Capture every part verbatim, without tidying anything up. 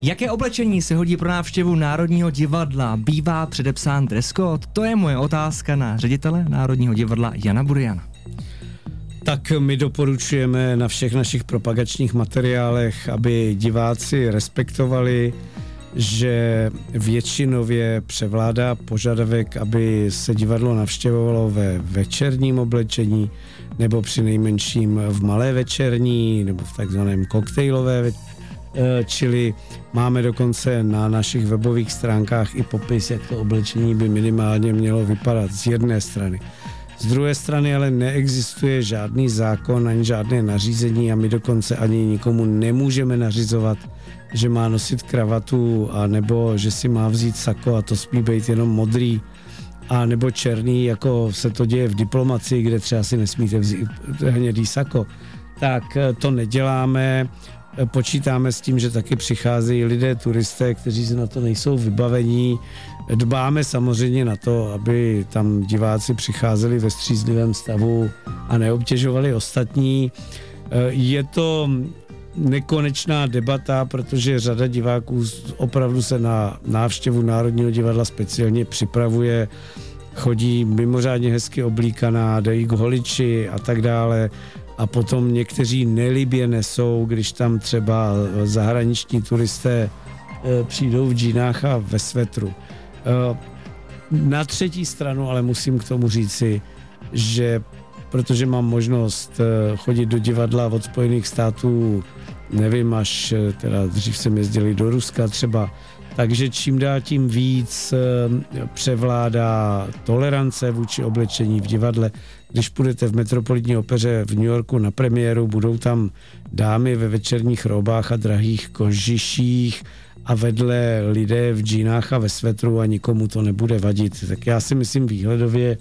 Jaké oblečení se hodí pro návštěvu Národního divadla? Bývá předepsán dress code? To je moje otázka na ředitele Národního divadla Jana Buriana. Tak my doporučujeme na všech našich propagačních materiálech, aby diváci respektovali, že většinově převládá požadavek, aby se divadlo navštěvovalo ve večerním oblečení nebo přinejmenším v malé večerní nebo v takzvaném koktejlové večerní. Čili máme dokonce na našich webových stránkách i popis, jak to oblečení by minimálně mělo vypadat z jedné strany. Z druhé strany ale neexistuje žádný zákon ani žádné nařízení a my dokonce ani nikomu nemůžeme nařizovat, že má nosit kravatu a nebo že si má vzít sako a to smí být jenom modrý a nebo černý, jako se to děje v diplomacii, kde třeba si nesmíte vzít hnědý sako. Tak to neděláme. Počítáme s tím, že taky přicházejí lidé, turisté, kteří se na to nejsou vybavení. Dbáme samozřejmě na to, aby tam diváci přicházeli ve střízlivém stavu a neobtěžovali ostatní. Je to nekonečná debata, protože řada diváků opravdu se na návštěvu Národního divadla speciálně připravuje, chodí mimořádně hezky oblíkaná, dají k holiči a tak dále. A potom někteří nelibě nesou, když tam třeba zahraniční turisté přijdou v džínách a ve svetru. Na třetí stranu ale musím k tomu říci, že protože mám možnost chodit do divadla od Spojených států, nevím, až teda dřív jsem jezdili do Ruska třeba, takže čím dál tím víc převládá tolerance vůči oblečení v divadle. Když půjdete v Metropolitní opeře v New Yorku na premiéru, budou tam dámy ve večerních robách a drahých kožiších a vedle lidé v džínách a ve svetru a nikomu to nebude vadit. Tak já si myslím výhledově,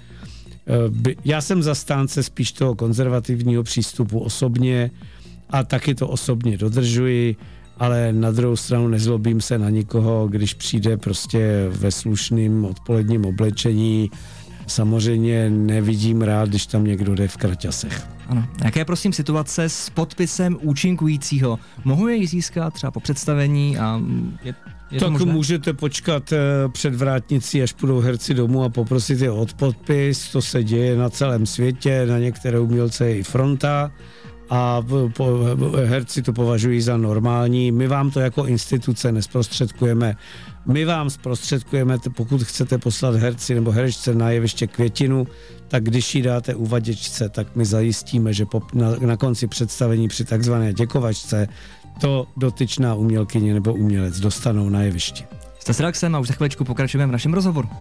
já jsem zastánce spíš toho konzervativního přístupu osobně a taky to osobně dodržuji, ale na druhou stranu nezlobím se na nikoho, když přijde prostě ve slušném odpoledním oblečení. Samozřejmě nevidím rád, když tam někdo jde v kraťasech. Ano. Jaké prosím situace s podpisem účinkujícího? Mohu jej získat třeba po představení? A je, je tak to možné? Můžete počkat před vrátnicí, až půjdou herci domů a poprosit je o podpis. To se děje na celém světě, na některé umělce je i fronta a po, herci to považují za normální. My vám to jako instituce nesprostředkujeme. My vám zprostředkujeme, pokud chcete poslat herci nebo herečce na jeviště květinu, tak když ji dáte uvaděčce, tak my zajistíme, že po, na, na konci představení při takzvané děkovačce to dotyčná umělkyně nebo umělec dostanou na jevišti. Jste s Relaxem a už za chviličku pokračujeme v našem rozhovoru.